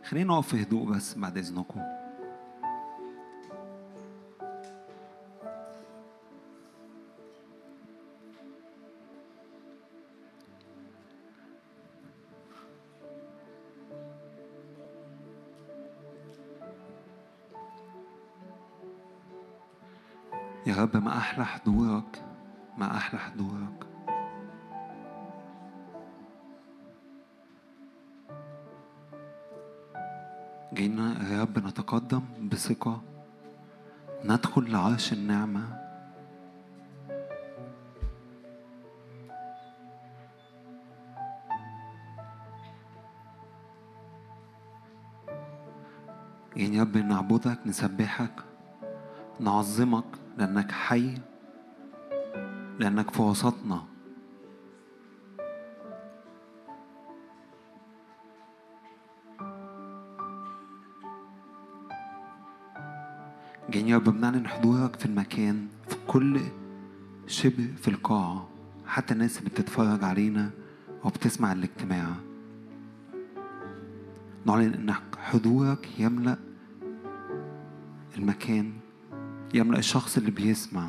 خلينا نقف في هدوء بس بعد إذنكم. يا رب ما أحلى حضورك، ما أحلى حضورك. جينا يا رب نتقدم بثقة، ندخل لعرش النعمة. جينا يا رب نعبدك، نسبحك، نعظمك، لأنك حي، لأنك في وسطنا. جايين يا رب بنعلن حضورك في المكان، في كل شبه في القاعة، حتى الناس اللي بتتفرج علينا أو بتسمع الاجتماع. نعلن إن حضورك يملأ المكان، يملأ الشخص اللي بيسمع.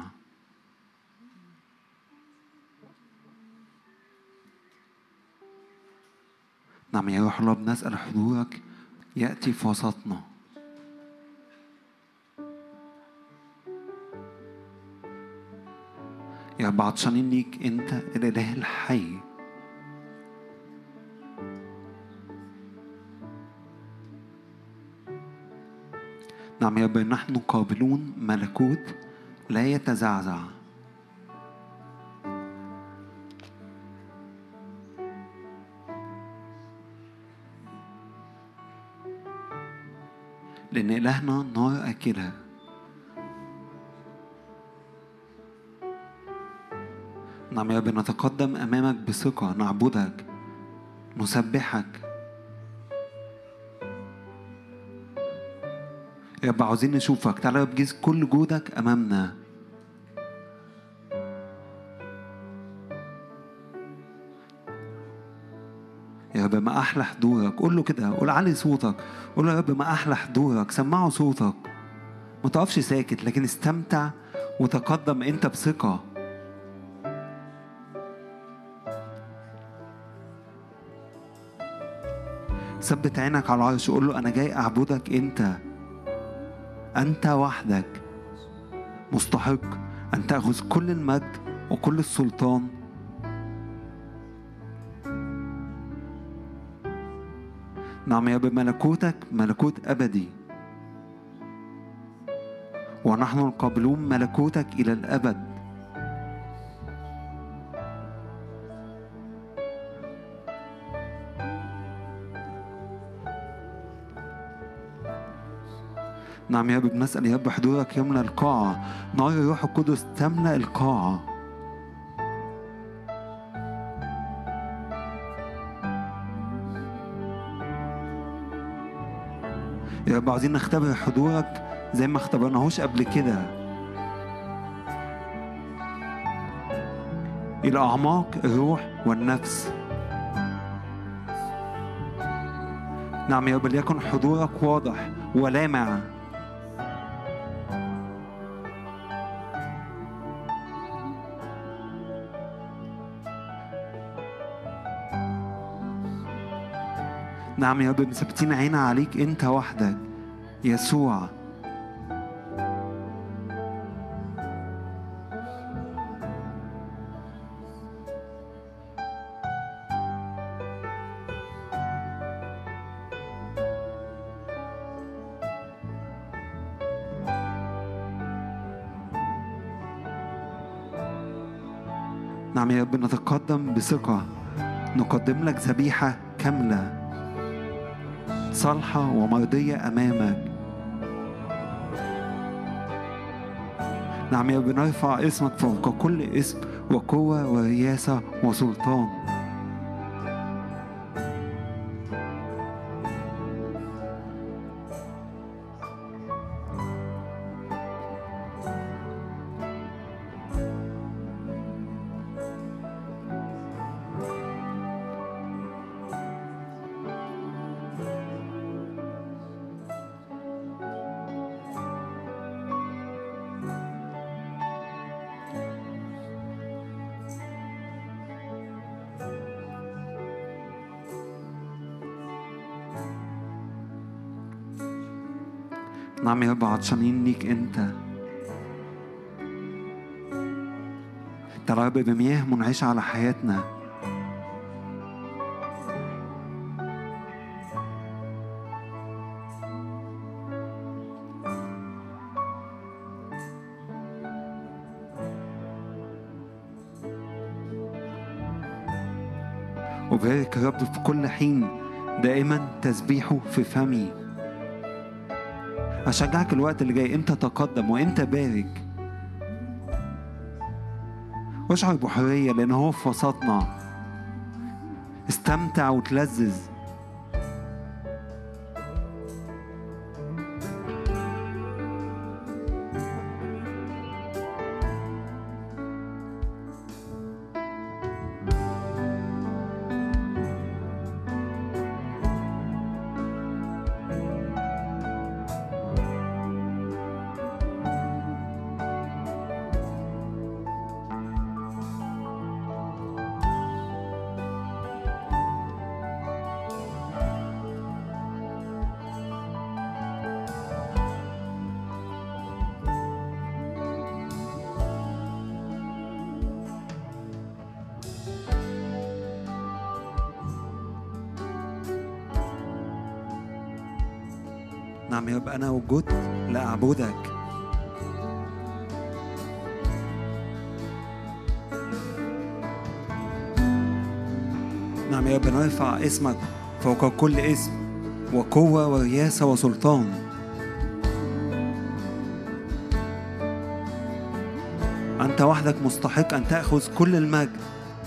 نعم يا روح الله، بنسأل حضورك يأتي في وسطنا. يا رب عطشانين ليك، أنت الإله الحي. نعم يا رب، نحن قابلون ملكوت لا يتزعزع. لأن إلهنا نار أكلة. نعم يا رب، نتقدم أمامك بثقة، نعبدك، نسبحك. يا رب عاوزين نشوفك، تعالى بجيز كل جودك أمامنا. يا رب ما أحلى حضورك. قول له كده، قول علي صوتك، قول له يا رب ما أحلى حضورك. سمعوا صوتك، ما تقفش ساكت، لكن استمتع وتقدم أنت بثقة. ثبت عينك على العرش، قول له أنا جاي أعبدك. أنت وحدك مستحق أن تأخذ كل المجد وكل السلطان. نعم يا رب، ملكوتك ملكوت أبدي، ونحن القابلون ملكوتك إلى الأبد. نعم يا رب، بنسأل يا رب حضورك يملأ القاعة، نار الروح القدس تملأ القاعة. يا رب عايزين نختبر حضورك زي ما اختبرناهوش قبل كده، إلى أعماق الروح والنفس. نعم يا رب، ليكن حضورك واضح ولامع. نعم يا رب، مثبتين عينا عليك أنت وحدك يسوع. نعم يا رب، نتقدم بثقة، نقدم لك ذبيحة كاملة صالحة ومرضية أمامك. نعم يا رب، نرفع اسمك فوق كل اسم وقوة ورياسة وسلطان. نعم يا رب، عطشانين ليك أنت. تعالى يا رب بمياه منعشة على حياتنا. وبارك يا رب في كل حين دائما تسبيحه في فمي. أشجعك الوقت اللي جاي أنت تقدم وأنت بارك، واشعر بحرية لأن هو في وسطنا. استمتع وتلذذ. نعم يا رب، أنا وجدت لأعبدك. نعم يا رب، نرفع اسمك فوق كل اسم وقوة ورياسة وسلطان. أنت وحدك مستحق أن تأخذ كل المجد.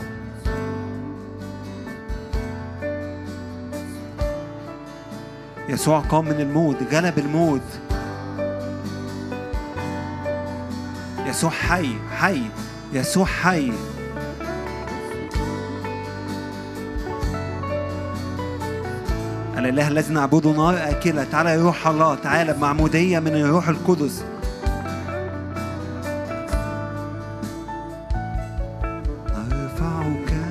يسوع قام من الموت، غلب الموت. يسوع حي، حي، يسوع حي. الإله الذي نعبده نار آكلة. تعالى يا روح الله، تعالى بمعمودية من الروح القدس. نرفعك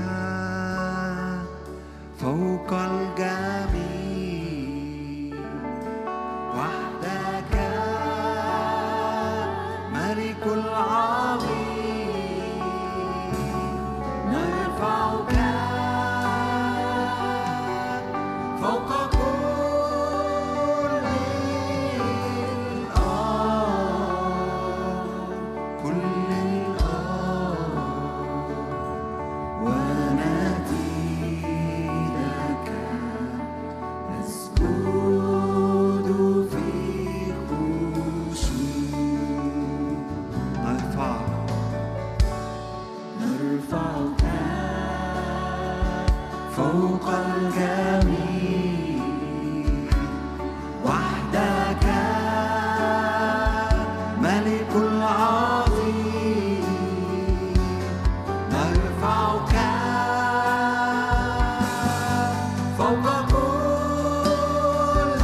فوق الجميع، وحدك ملك العظيم. نرفعك فوق كل الأرض، كل الأرض، ونأتي لك نسجد في خشوع. نرفعك فوق الجميع، وحدك ملك العظيم. نرفعك فوق كل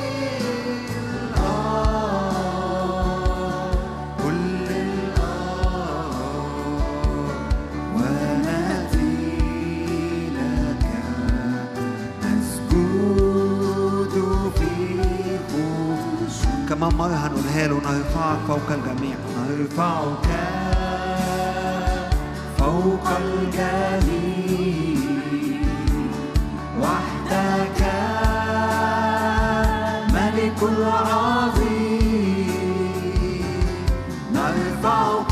الأرض، كل الأرض، ونأتي لك نسجد في خشوع. كمان مرة هنقولها له، نرفعك فوق الجميع. نرفعك فوق الجميع، وحدك ملك العظيم. نرفعك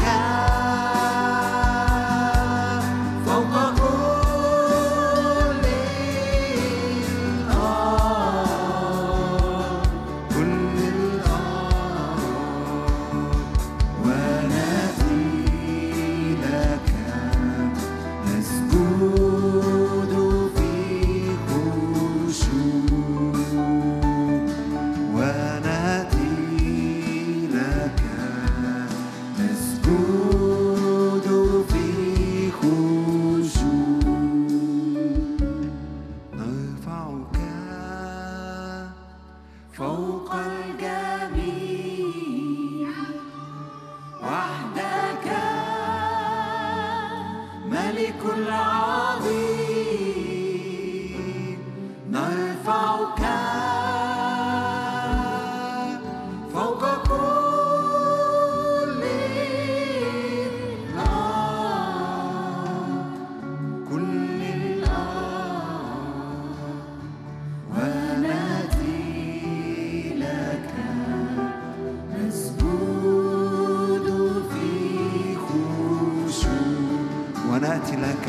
فوق كل الأرض، كل الأرض، ونأتي لك نسجد في خشوع. ونأتي لك نسجد في خشوع. نرفعك فوق الجميع، وحدك ملك العظيم. نرفعك فوق ونأتي لك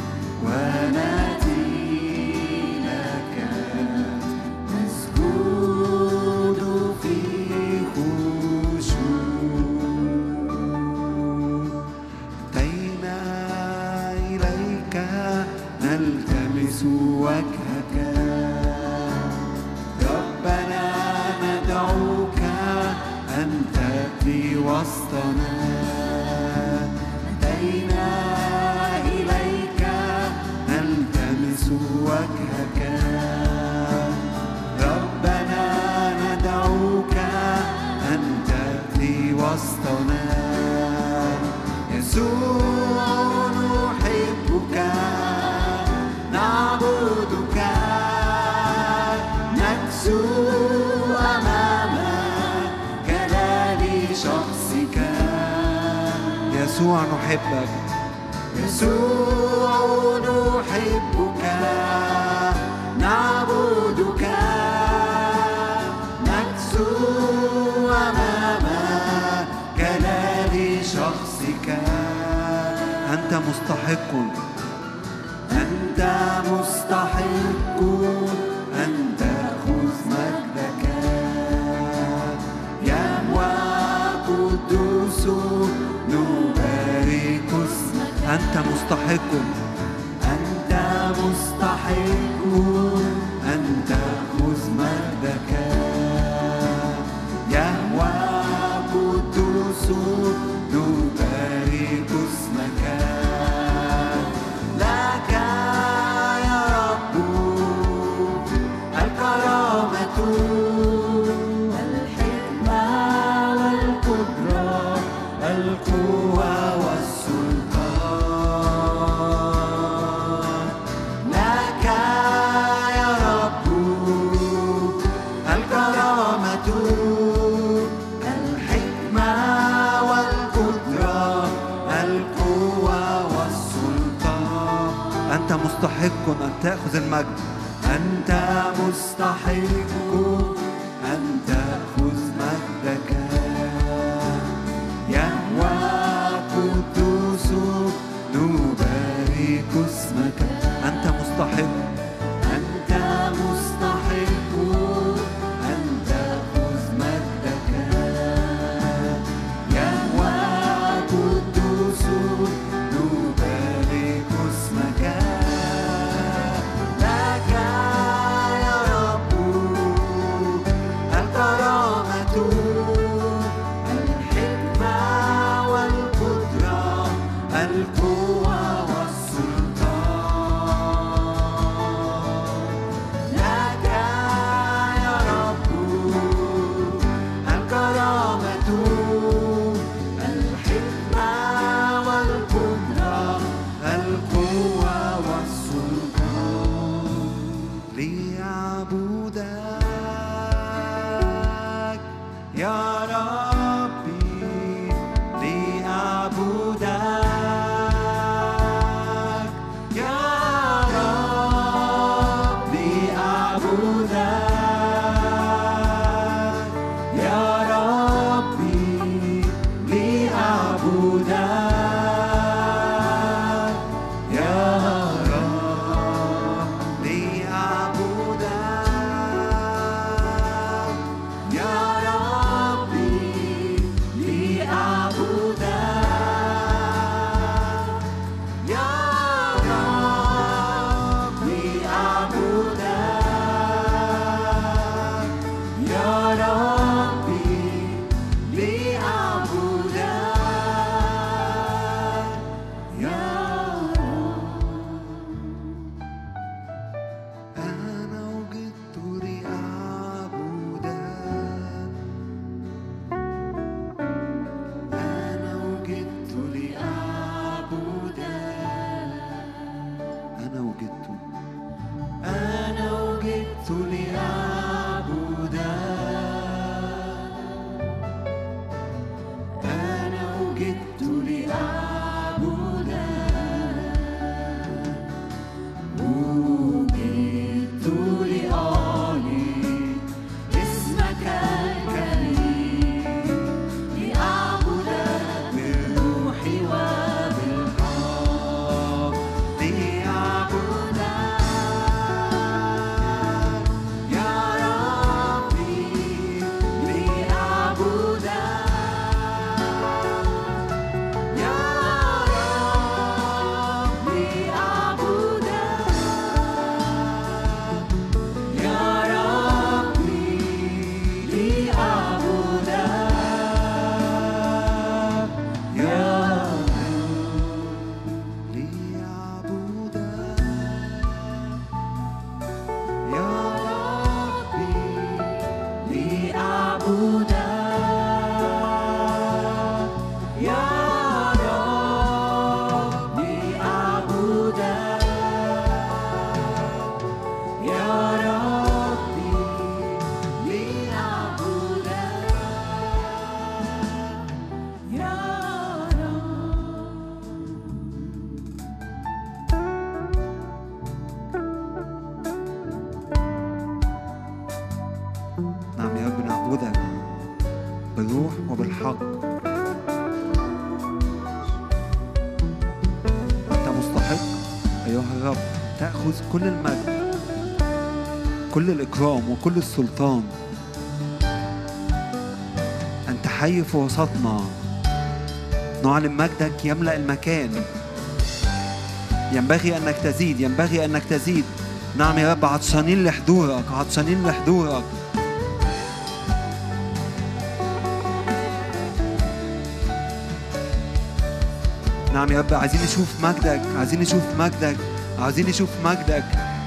نسجد في خشوع. أتينا إليك نلتمس وجهك ربنا، ندعوك أن تأتي وسطنا. أتينا إليك نلتمس وجهك ربنا، ندعوك أن تأتي وسطنا. يسوع نحبك نعبدك نكسو أمام جلال شخصك. يسوع نحبك، يسوع نحبك نعبدك نكسو أمام جلال شخصك. أنت مستحق، أنت مستحق أن تأخذ مجدك يا قدوس، نبارك اسمك. أنت مستحق، أنت مستحق أن تأخذ مجدك يا قدوس، نبارك اسمك. لك يا رب الكرامة الحكمة والقدرة القوة والسلطان. لك يا رب الكرامة الحكمة والقدرة القوة والسلطان. أنت مستحق أن تأخذ المجد، أنت مستحق أن تأخذ مجدك يا قدوس، نبارك اسمك. أنت مستحق، أنت مستحق أن تأخذ مجدك يا قدوس، نبارك اسمك. لك يا رب الكرامة الحكمة والقدرة القوة والسلطان. لك يا رب الكرامة الحكمة والقدرة القوة والسلطان. لأعبدك يا ربي، لأعبدك الرب تأخذ كل المجد، كل الإكرام وكل السلطان. أنت حي في وسطنا، نعلن مجدك يملأ المكان. ينبغي أنك تزيد، ينبغي أنك تزيد. نعم يا رب، عطشانين لحضورك، عطشانين لحضورك. نعم يا رب، عايزين نشوف مجدك، عايزين نشوف مجدك، عايزين نشوف مجدك.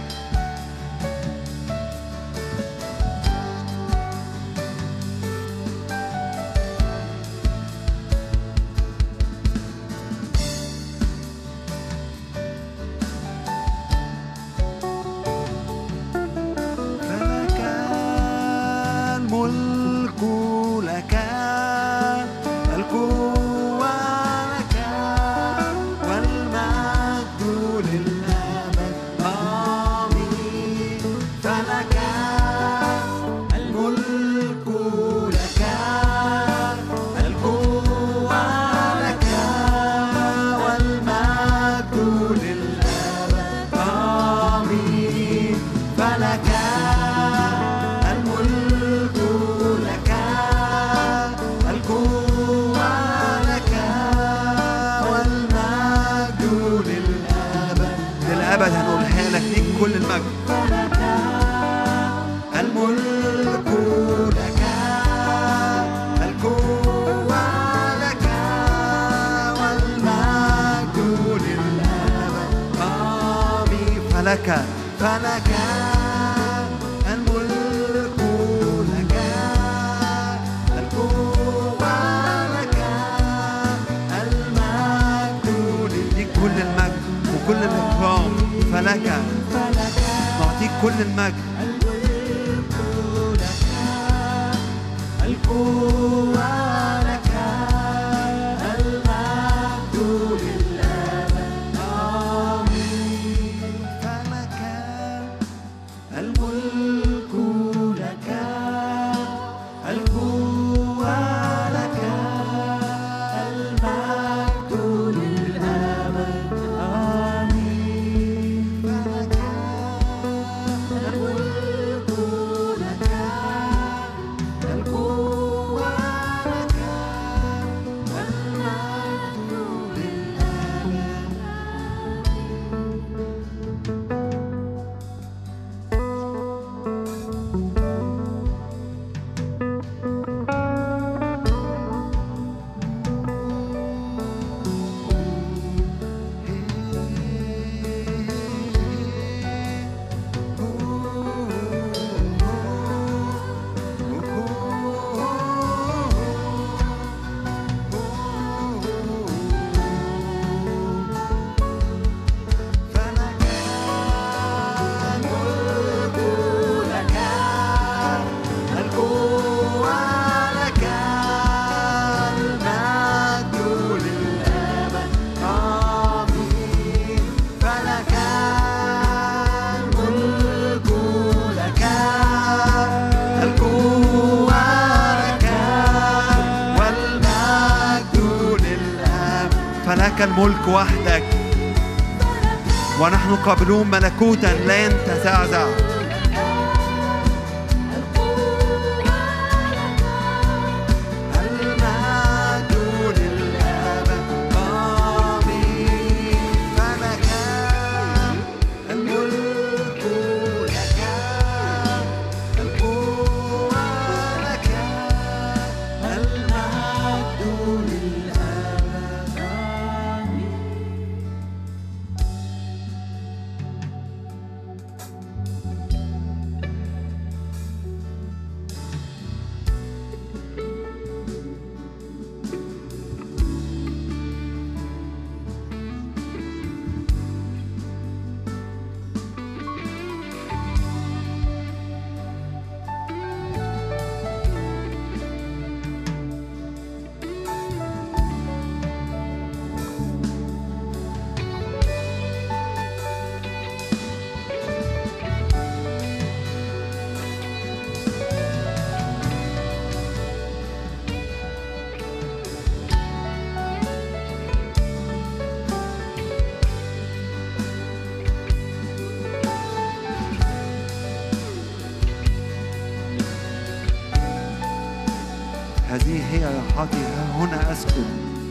الملك وحدك، ونحن قابلون ملكوتا لا يتزعزع. هذه هي راحتي، ها هنا أسكن.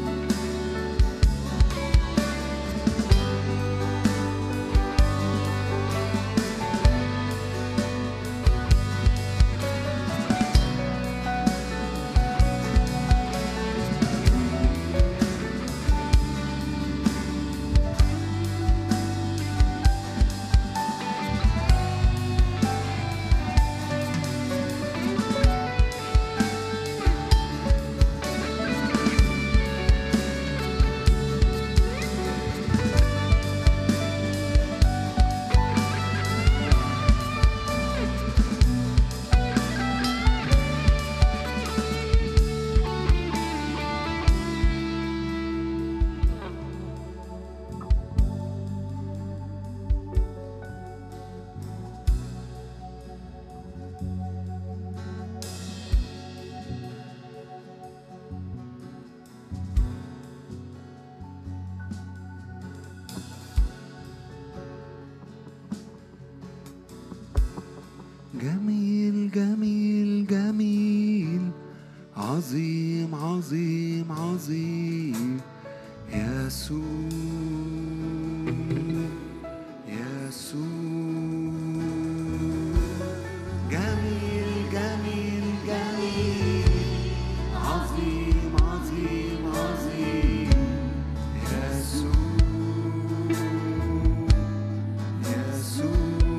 جميل جميل جميل، عظيم عظيم عظيم، يسوع يسوع. جميل جميل جميل، عظيم عظيم عظيم، يسوع يسوع.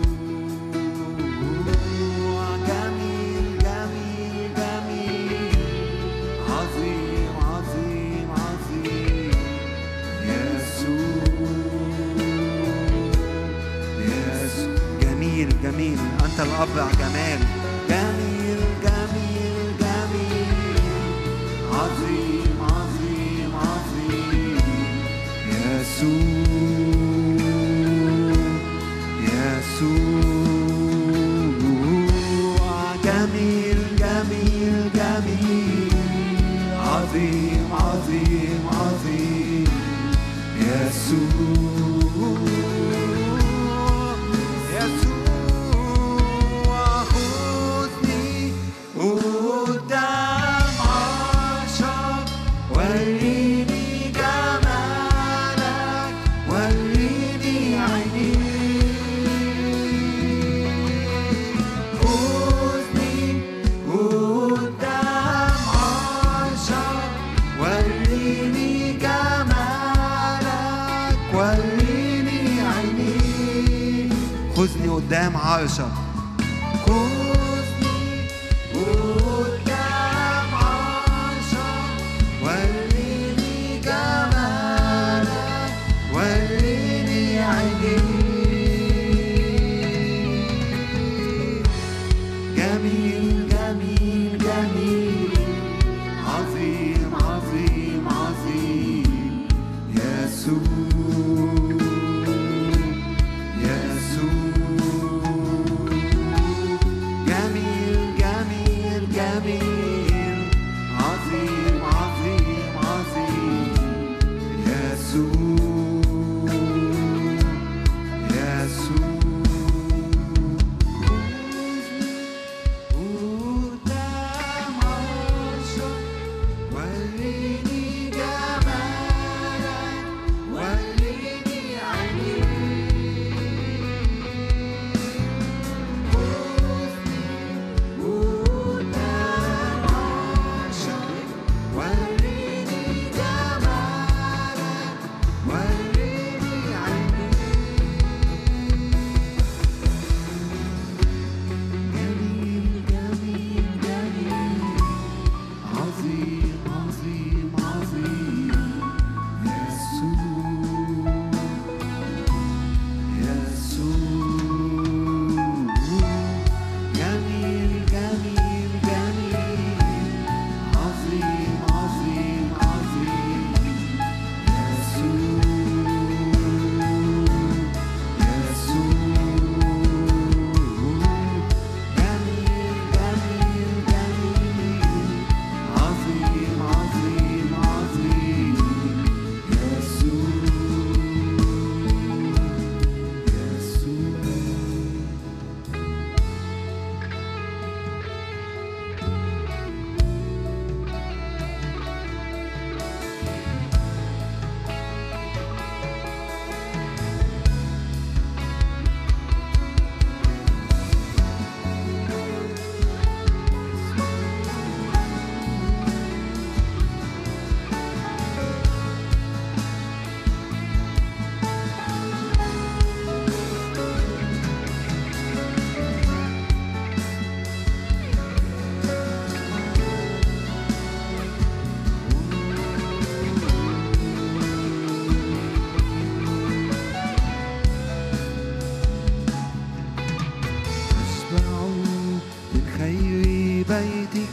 جميل، أنت الأبرع جمال. جميل جميل جميل، عظيم عظيم عظيم، يسوع يسوع. جميل جميل جميل، عظيم عظيم عظيم، يسوع قدام عرشك، وريني جمالك، وريني عينيك. خذني قدام عرشك، وريني جمالك، وريني عينيك. خذني قدام عرشك، قدام عرشك، وريني جمالك، وريني عينيك. جميل جميل جميل، عظيم عظيم عظيم، يسوع يسوع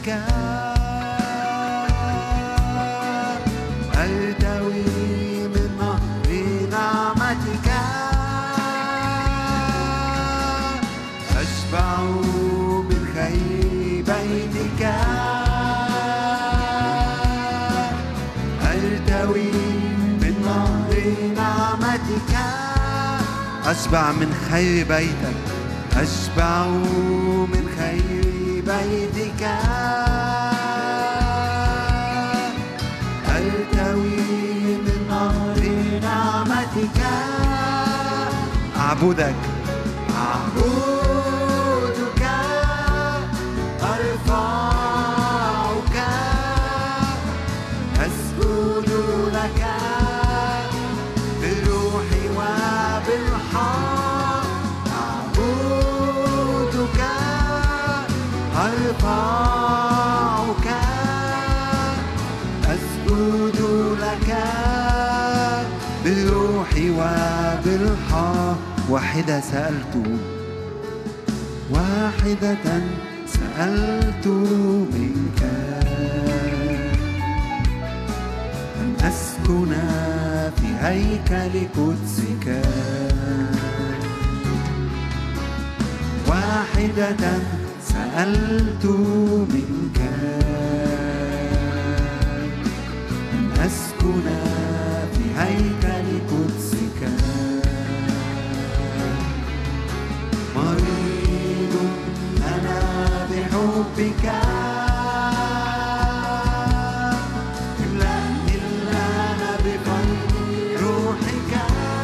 أرتوي من نهر نعمتك، أشبع من خير بيتك، أرتوي من نهر نعمتك، أشبع من خير بيتك، أشبع من خير بيتك، أرتوي من نهر نعمتك، أعبدك أعبدك، أرفعك، أسجد لك بالروح وبالحق، أعبدك أرفعك، أسجد لك بالروح وبالحق. واحدة سألت منك أن أسكن في هيكل قدسك، واحدة سألت منك أن أسكن في هيكل قدسك، مريض أنا بحبك، املأني الآن بفيض روحك،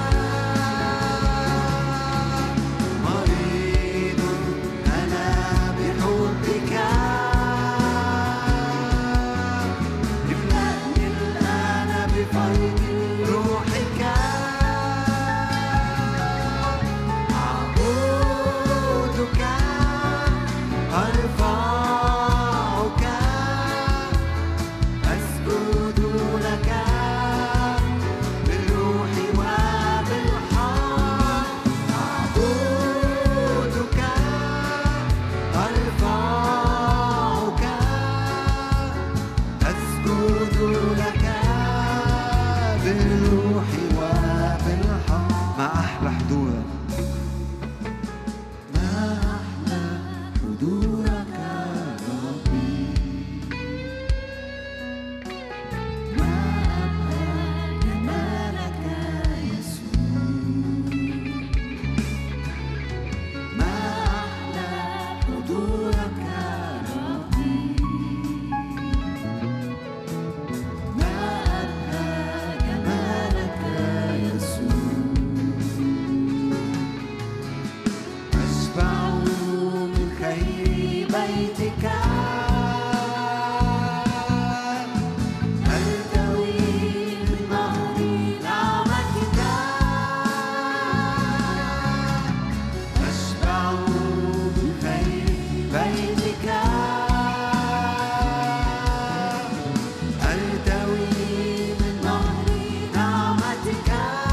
مريض أنا بحبك، املأني الآن بفيض روحك، أعبدك أرفعك، أسجد لك بالروح وبالحق، أعبدك أرفعك، أسجد لك بالروح وبالحق. ما أحلى حضورك، ما أحلى حضورك ربي، ما أبهى جمالك يسوع، ما أحلى حضورك ربي، ما أبهى جمالك يسوع، أشبع من خير بيتك، أرتوي من نهر نعمتك، أشبع من خير بيتك، أرتوي من نهر نعمتك،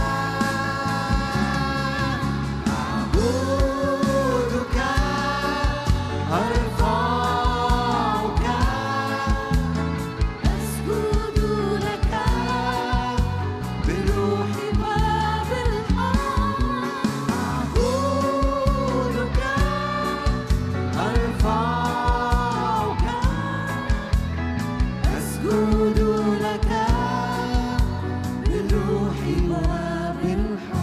أعبدك أرفعك، أسجد لك بالروح وبالحق، أعبدك أرفعك، أسجد لك بالروح وبالحق.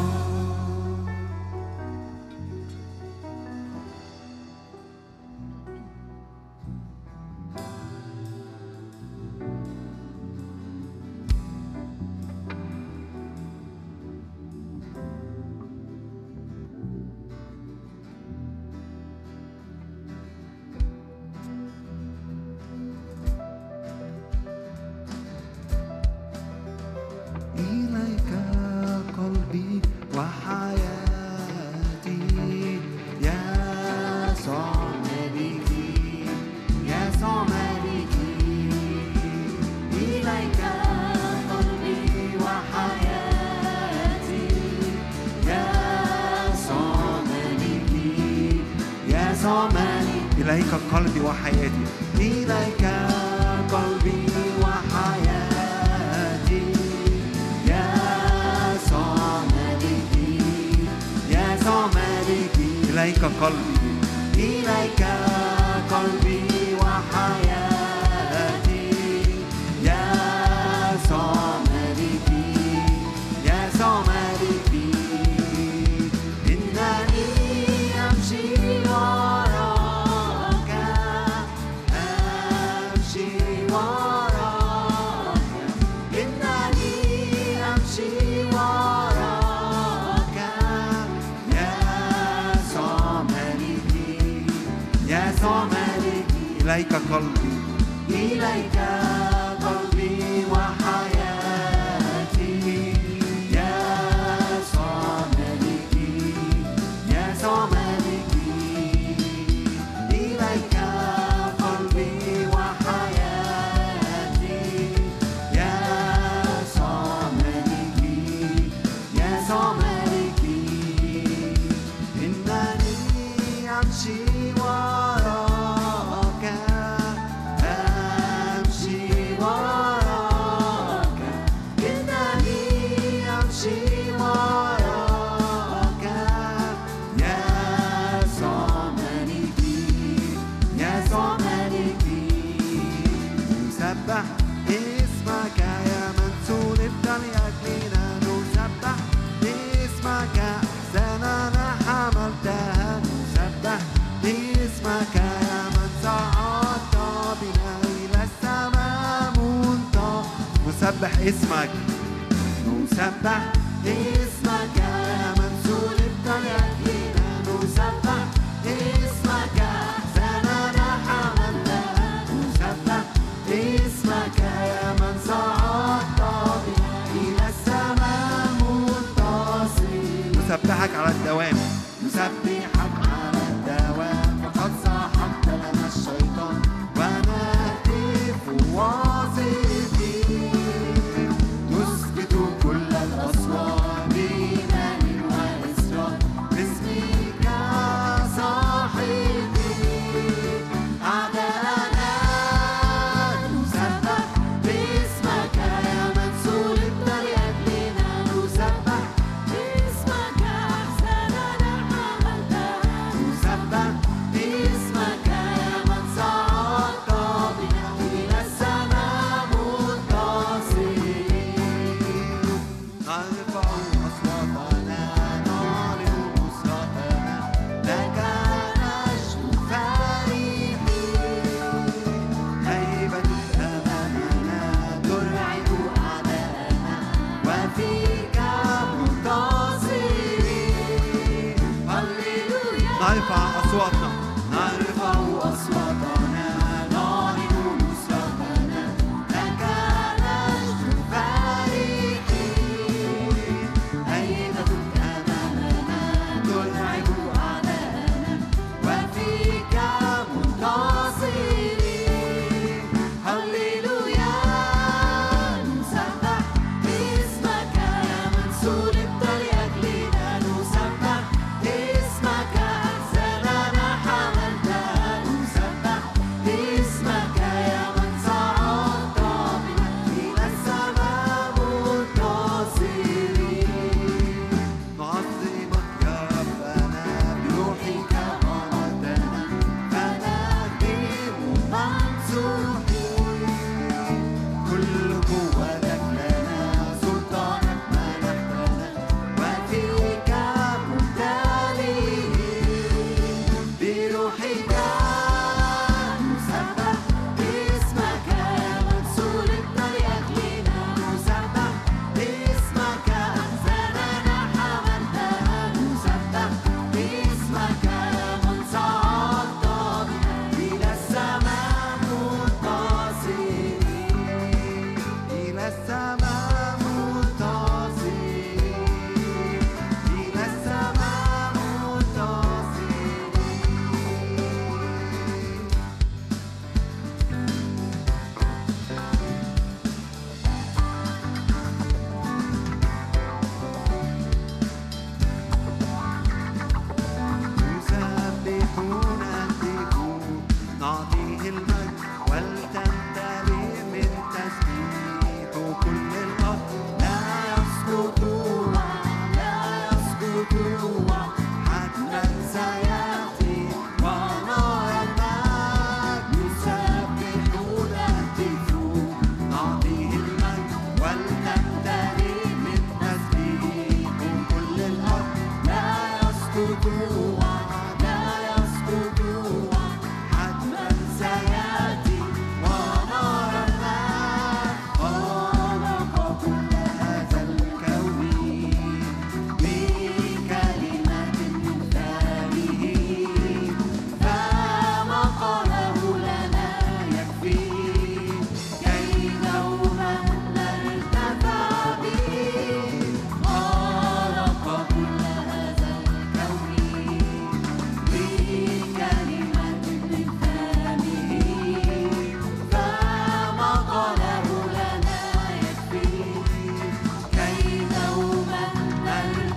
إليك قلبي وحياتي، يسوع ملكي، يسوع ملكي، إليك قلبي وحياتي، يسوع ملكي، يسوع ملكي، إليك قلبي وحياتي، إليك قلبي وحياتي، يسوع ملكي، يسوع ملكي. إليك قلبي، إليك قلبي وحياتي، يسوع ملكي، يسوع ملكي. إنني أمشي وراك، أمشي وراك، إنني أمشي وراك، يسوع ملكي، يسوع ملكي. إليك قلبي، إليك قلبي وحياتي، يسوع ملكي، يسوع ملكي. إليك قلبي وحياتي، يسوع ملكي، يسوع ملكي. إنني أمشي وراك، أمشي وراك، إنني أمشي وراك، يسوع ملكي، يسوع ملكي. نسبح اسمك يا من صلبت لأجلنا، نسبح اسمك أحزاننا حملتها، نسبح اسمك يا من صعدت بنا إلى السماء منتهى. نسبح اسمك، نسبح اسمك يا من صلبت لأجلنا، نسبح اسمك أحزاننا حملتها، نسبح اسمك يا من صعدت بنا إلى السماء منتصرين. نسبحك على الدوام، نسبحك على الدوام، فقد سحقت لنا الشيطان ونهتف واصفين، نسكت كل الأصوات بإيمان وإصرار، باسمك صاحبي أعداءنا. نسبح باسمك يا من صلبت لأجلنا، نسبح باسمك أحزاننا حملتها، نسبح باسمك يا من صعدت بنا إلى السماء منتصرين. نرفع أصواتنا نعلن نصرتنا، لك نشكو فرحين، هيبتك أمامنا ترعب أعداءنا، وفيك منتصرين. هللويا. نرفع أصواتنا، نرفع أصواتنا نعلن نصرتنا، لك نشكو فرحين، هيبتك أمامنا ترعب أعداءنا، وفيك منتصرين. هللويا. نسبح اسمك يا من صلبت لأجلنا، نسبح اسمك أحزاننا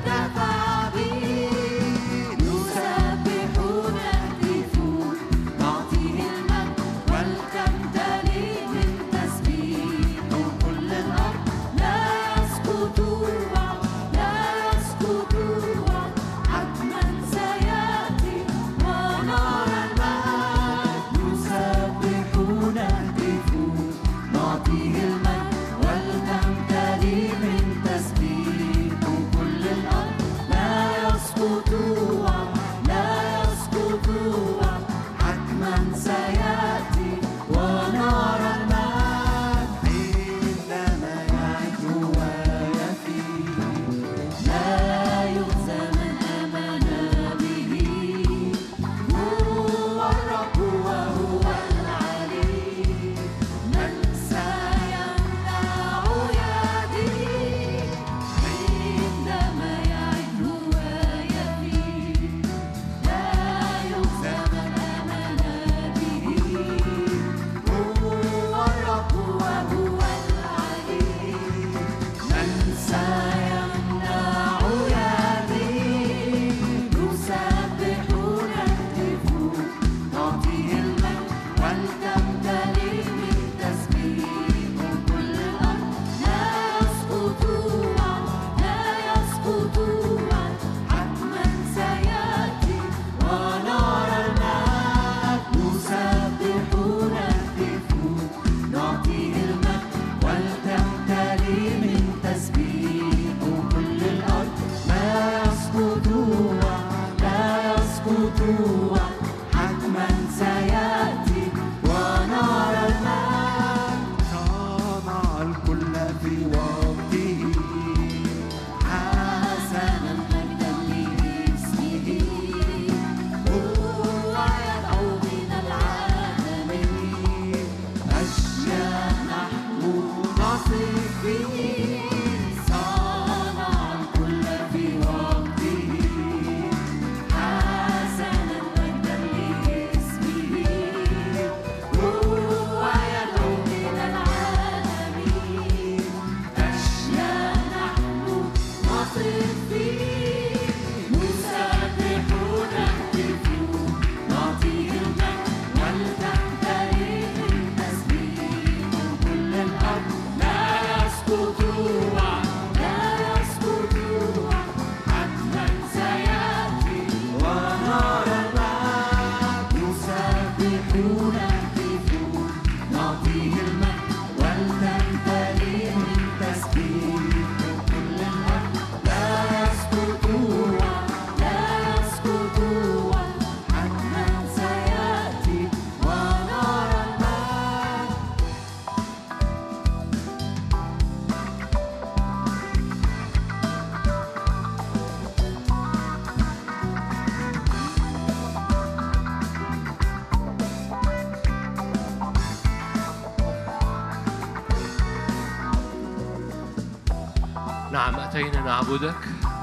نعم، أتينا نعبدك،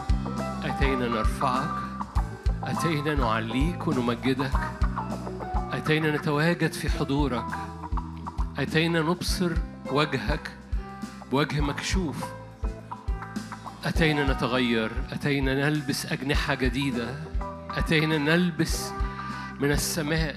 أتينا نرفعك، أتينا نعليك ونمجدك، أتينا نتواجد في حضورك، أتينا نبصر وجهك بوجه مكشوف، أتينا نتغير، أتينا نلبس أجنحة جديدة، أتينا نلبس من السماء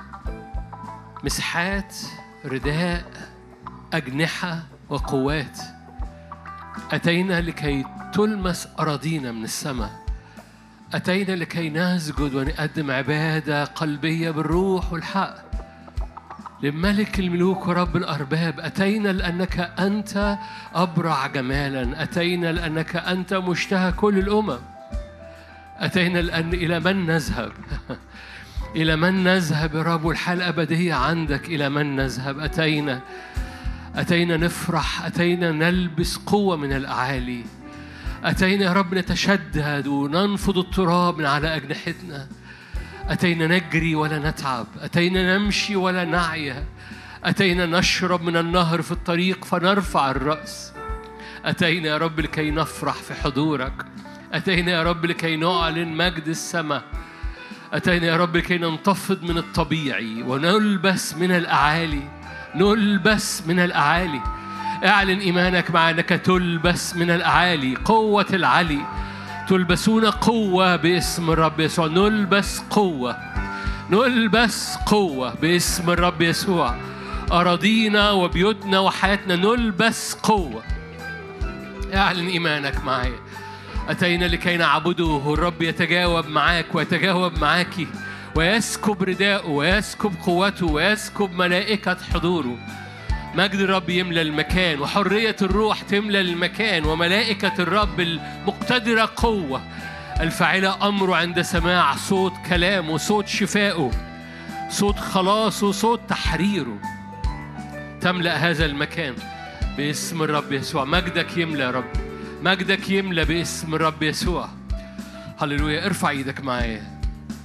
مسحات، رداء، أجنحة وقوات. أتينا لكي تلمس أراضينا من السماء، أتينا لكي نسجد ونقدم عبادة قلبية بالروح والحق لملك الملوك ورب الأرباب. أتينا لأنك أنت أبرع جمالا، أتينا لأنك أنت مشتهى كل الأمم، أتينا لأن إلى من نذهب إلى من نذهب يا رب، والحياة الأبدية عندك. إلى من نذهب؟ أتينا نفرح، أتينا نلبس قوة من الأعالي، أتينا يا رب نتشدد وننفض التراب من على أجنحتنا، أتينا نجري ولا نتعب، أتينا نمشي ولا نعيا، أتينا نشرب من النهر في الطريق فنرفع الرأس. أتينا يا رب لكي نفرح في حضورك، أتينا يا رب لكي نعلن مجد السماء، أتينا يا رب لكي ننتفض من الطبيعي ونلبس من الأعالي، نلبس من الأعالي. اعلن إيمانك مع أنك تلبس من الأعالي، قوة العلي تلبسون قوة باسم الرب يسوع. نلبس قوة، نلبس قوة باسم الرب يسوع. أراضينا وبيوتنا وحياتنا نلبس قوة. اعلن إيمانك معايا. أتينا لكي نعبده. الرب يتجاوب معاك ويتجاوب معاكي، ويسكب رداءه ويسكب قوته ويسكب ملائكة حضوره. مجد الرب يملى المكان، وحرية الروح تملى المكان، وملائكة الرب المقتدرة قوة الفاعلة أمره عند سماع صوت كلامه، صوت شفائه، صوت خلاصه، صوت تحريره تملأ هذا المكان باسم الرب يسوع. مجدك يملى يا رب، مجدك يملى باسم الرب يسوع. هللويا. ارفع ايدك معايا.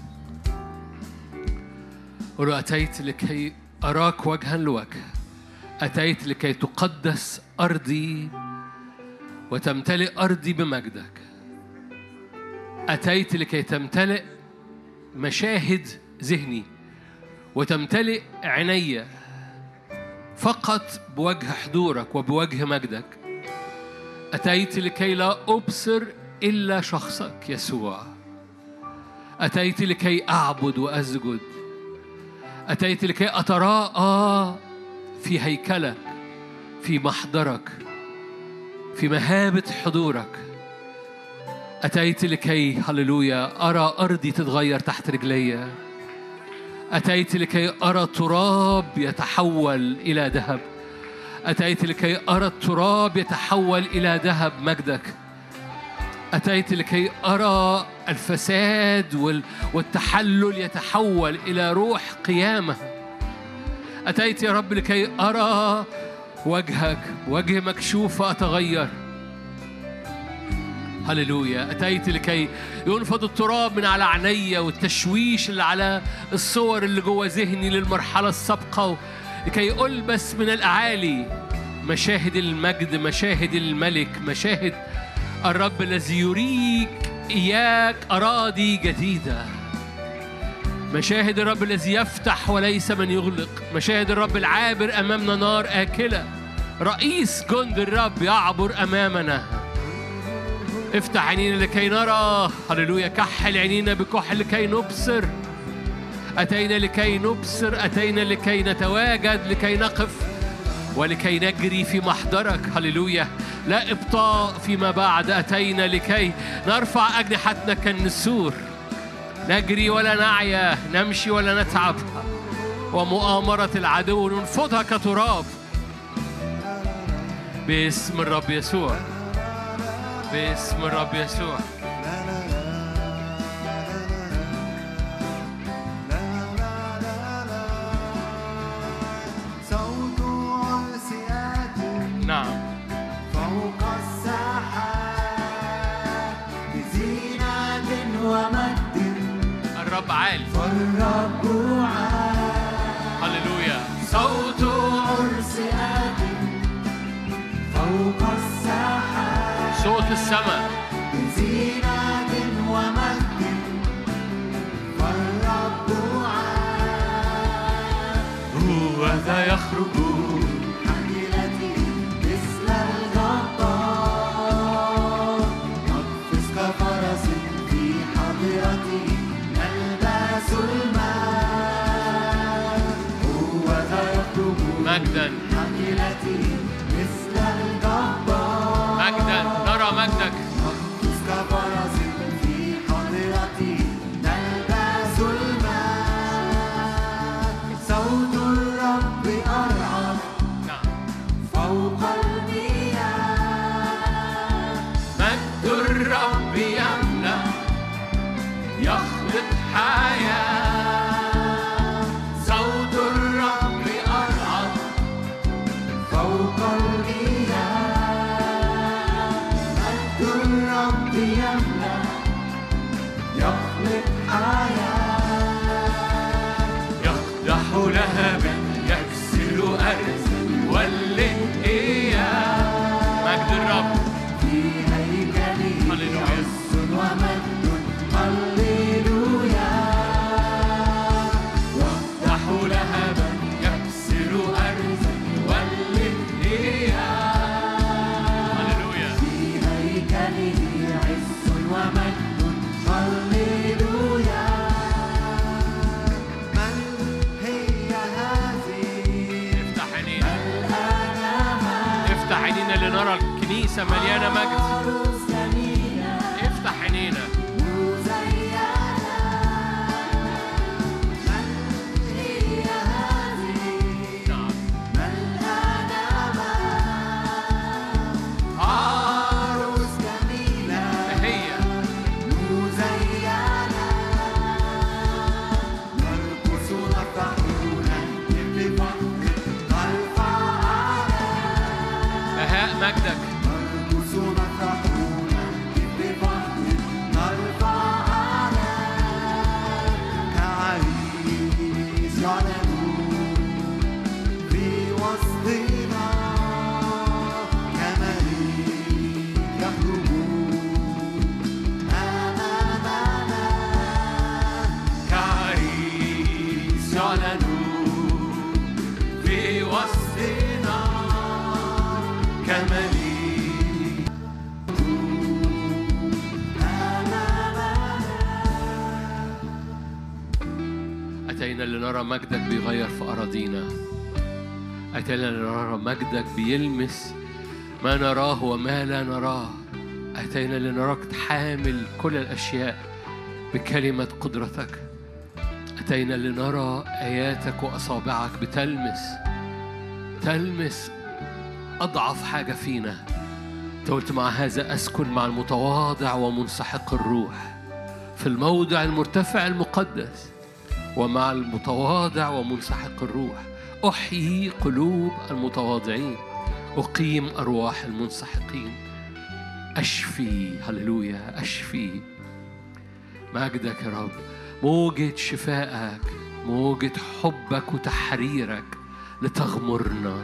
قل أتيت لكي أراك وجها لوجه، أتيت لكي تقدس أرضي وتمتلئ أرضي بمجدك. أتيت لكي تمتلئ مشاهد ذهني وتمتلئ عيني فقط بوجه حضورك وبوجه مجدك. أتيت لكي لا أبصر إلا شخصك يسوع. أتيت لكي أعبد وأسجد. أتيت لكي أتراءى في هيكلك، في محضرك، في مهابة حضورك. أتيت لكي هللويا أرى أرضي تتغير تحت رجلي. أتيت لكي أرى تراب يتحول إلى ذهب. أتيت لكي أرى التراب يتحول إلى ذهب مجدك. أتيت لكي أرى الفساد والتحلل يتحول إلى روح قيامة. أتيت يا رب لكي أرى وجهك، وجه مكشوف فأتغير. هللويا. أتيت لكي ينفض التراب من على عيني والتشويش اللي على الصور اللي جوه ذهني للمرحلة السابقة، لكي ألبس من الأعالي مشاهد المجد، مشاهد الملك، مشاهد الرب الذي يريك إياك أراضي جديدة، مشاهد الرب الذي يفتح وليس من يغلق، مشاهد الرب العابر أمامنا نار آكلة، رئيس جند الرب يعبر أمامنا. افتح عينينا لكي نرى. هللويا. كحل عينينا بكحل لكي نبصر. أتينا لكي نبصر، أتينا لكي نتواجد، لكي نقف ولكي نجري في محضرك. هللويا. لا إبطاء فيما بعد. أتينا لكي نرفع أجنحتنا كالنسور، نجري ولا نعيا، نمشي ولا نتعب، ومؤامرة العدو ننفضها كتراب باسم الرب يسوع، باسم الرب يسوع. صوت عرسيات نعم فوق السحاب بزينة ومجد. الرب عالي، فالرب عالي. هللويا. صوت عرسيات فوق السحاب، صوت السماء بزينة ومجد. فالرب عالي. هو ذا يخرج حملتي مثل الغطاء، نقفز كفرس في حضرتي نلبس الماء. هو ذا يخرج مجدا، حملتي مثل الجبار، مجدا. نرى مجدك. نقفز كفرس في حضرتي نلبس الماء. صوت الرب أرعب نعم. فوق المياه. مجد الرب يملأ، يخلق حياة. صوت الرب أرعب فوق المياه. مجد الرب يملأ، يخلق حياة. يقدح لهب، يكسر أرز، يولد إياه. مجد الرب في هيكلي هللويا. عز ومجد. هللويا. كنيسة مليانة مجد. افتح عينينا. مجدك في وسطنا كمليك يخرج أمامنا كعريس يعلن في وسطنا كمليك أتينا لنرى مجدك بيغير في أراضينا. أتينا لنرى مجدك بيلمس ما نراه وما لا نراه. أتينا لنراك تحامل كل الأشياء بكلمة قدرتك. أتينا لنرى آياتك وأصابعك تلمس أضعف حاجة فينا. أنت قلت مع هذا أسكن مع المتواضع ومنسحق الروح في الموضع المرتفع المقدس، ومع المتواضع ومنسحق الروح أحيي قلوب المتواضعين، أقيم أرواح المنسحقين، أشفي. هللويا، أشفي. مجدك يا رب، موجة شفائك، موجة حبك وتحريرك لتغمرنا.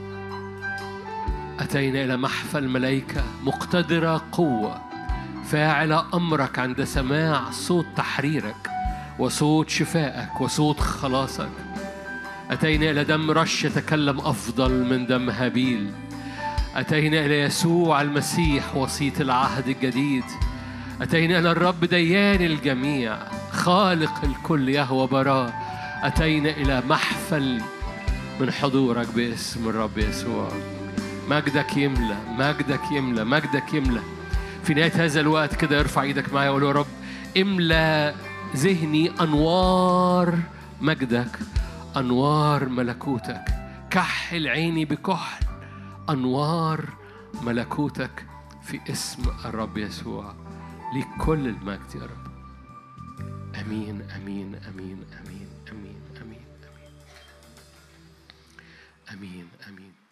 أتينا إلى محفل ملائكة مقتدرة قوة فاعلة أمرك عند سماع صوت تحريرك وصوت شفائك وصوت خلاصك. أتينا إلى دم رش يتكلم أفضل من دم هابيل. أتينا إلى يسوع المسيح وسيط العهد الجديد. أتينا إلى الرب ديان الجميع خالق الكل يهوى براه. أتينا إلى محفل من حضورك باسم الرب يسوع. مجدك يملى، مجدك يملى، مجدك يملى. في نهاية هذا الوقت كده ارفع ايدك معايا وقول يا رب املى ذهني أنوار مجدك، أنوار ملكوتك. كحل عيني بكحل أنوار ملكوتك في اسم الرب يسوع. ليك كل المجد يا رب. أمين أمين أمين أمين أمين أمين أمين أمين أمين.